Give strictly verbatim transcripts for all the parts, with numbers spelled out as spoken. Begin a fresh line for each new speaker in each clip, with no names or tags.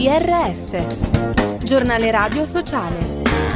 G R S, giornale radio sociale.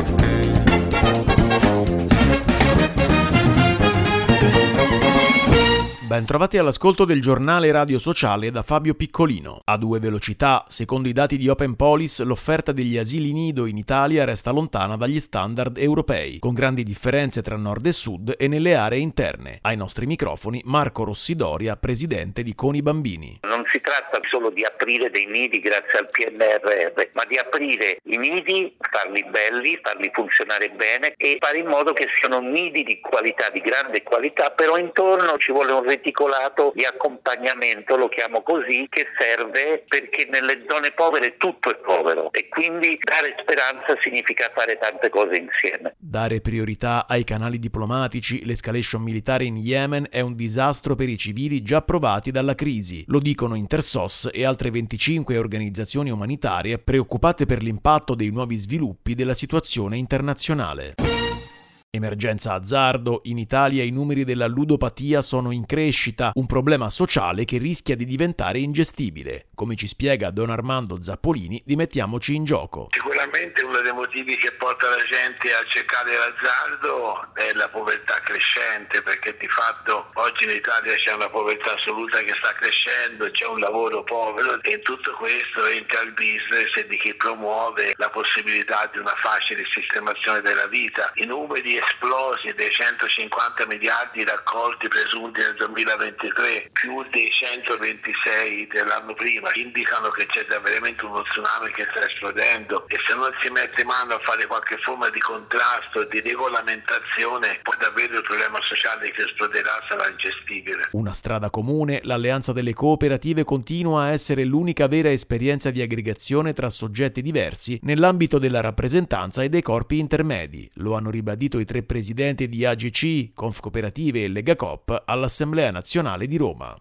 Bentrovati all'ascolto del giornale radio sociale da Fabio Piccolino. A due velocità, secondo i dati di Open Police, l'offerta degli asili nido in Italia resta lontana dagli standard europei, con grandi differenze tra nord e sud e nelle aree interne. Ai nostri microfoni Marco Rossidoria, presidente di Con i Bambini.
Non si tratta solo di aprire dei nidi grazie al P N R R, ma di aprire i nidi, farli belli, farli funzionare bene e fare in modo che siano nidi di qualità, di grande qualità, però intorno ci vuole un reticolato di accompagnamento, lo chiamo così, che serve perché nelle zone povere tutto è povero e quindi dare speranza significa fare tante cose insieme.
Dare priorità ai canali diplomatici, l'escalation militare in Yemen è un disastro per i civili già provati dalla crisi, lo dicono Intersos e altre venticinque organizzazioni umanitarie preoccupate per l'impatto dei nuovi sviluppi della situazione internazionale. Emergenza azzardo, in Italia i numeri della ludopatia sono in crescita, un problema sociale che rischia di diventare ingestibile. Come ci spiega Don Armando Zappolini di Mettiamoci in Gioco.
Sicuramente uno dei motivi che porta la gente a cercare l'azzardo è la povertà crescente, perché di fatto oggi in Italia c'è una povertà assoluta che sta crescendo, c'è un lavoro povero e in tutto questo entra il business di chi promuove la possibilità di una facile sistemazione della vita. I numeri esplosi dei centocinquanta miliardi raccolti presunti nel duemilaventitré più dei centoventisei dell'anno prima indicano che c'è veramente uno tsunami che sta esplodendo e se non si mette mano a fare qualche forma di contrasto, di regolamentazione, poi davvero il problema sociale che esploderà sarà ingestibile.
Una strada comune, l'alleanza delle cooperative continua a essere l'unica vera esperienza di aggregazione tra soggetti diversi nell'ambito della rappresentanza e dei corpi intermedi. Lo hanno ribadito i tre presidenti di A G C, Confcooperative e Legacoop all'Assemblea Nazionale di Roma.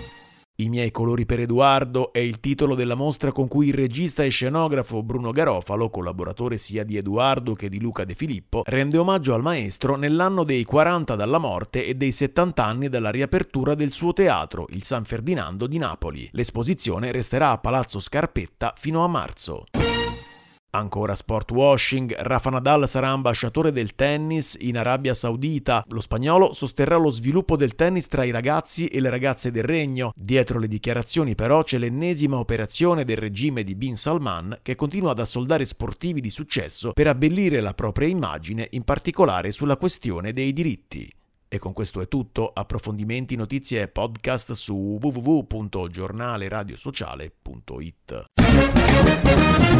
I miei colori per Edoardo è il titolo della mostra con cui il regista e scenografo Bruno Garofalo, collaboratore sia di Edoardo che di Luca De Filippo, rende omaggio al maestro nell'anno dei quaranta dalla morte e dei settanta anni dalla riapertura del suo teatro, il San Ferdinando di Napoli. L'esposizione resterà a Palazzo Scarpetta fino a marzo. Ancora sport washing, Rafa Nadal sarà ambasciatore del tennis in Arabia Saudita. Lo spagnolo sosterrà lo sviluppo del tennis tra i ragazzi e le ragazze del regno. Dietro le dichiarazioni però c'è l'ennesima operazione del regime di Bin Salman che continua ad assoldare sportivi di successo per abbellire la propria immagine, in particolare sulla questione dei diritti. E con questo è tutto. Approfondimenti, notizie e podcast su w w w punto giornale radio sociale punto it.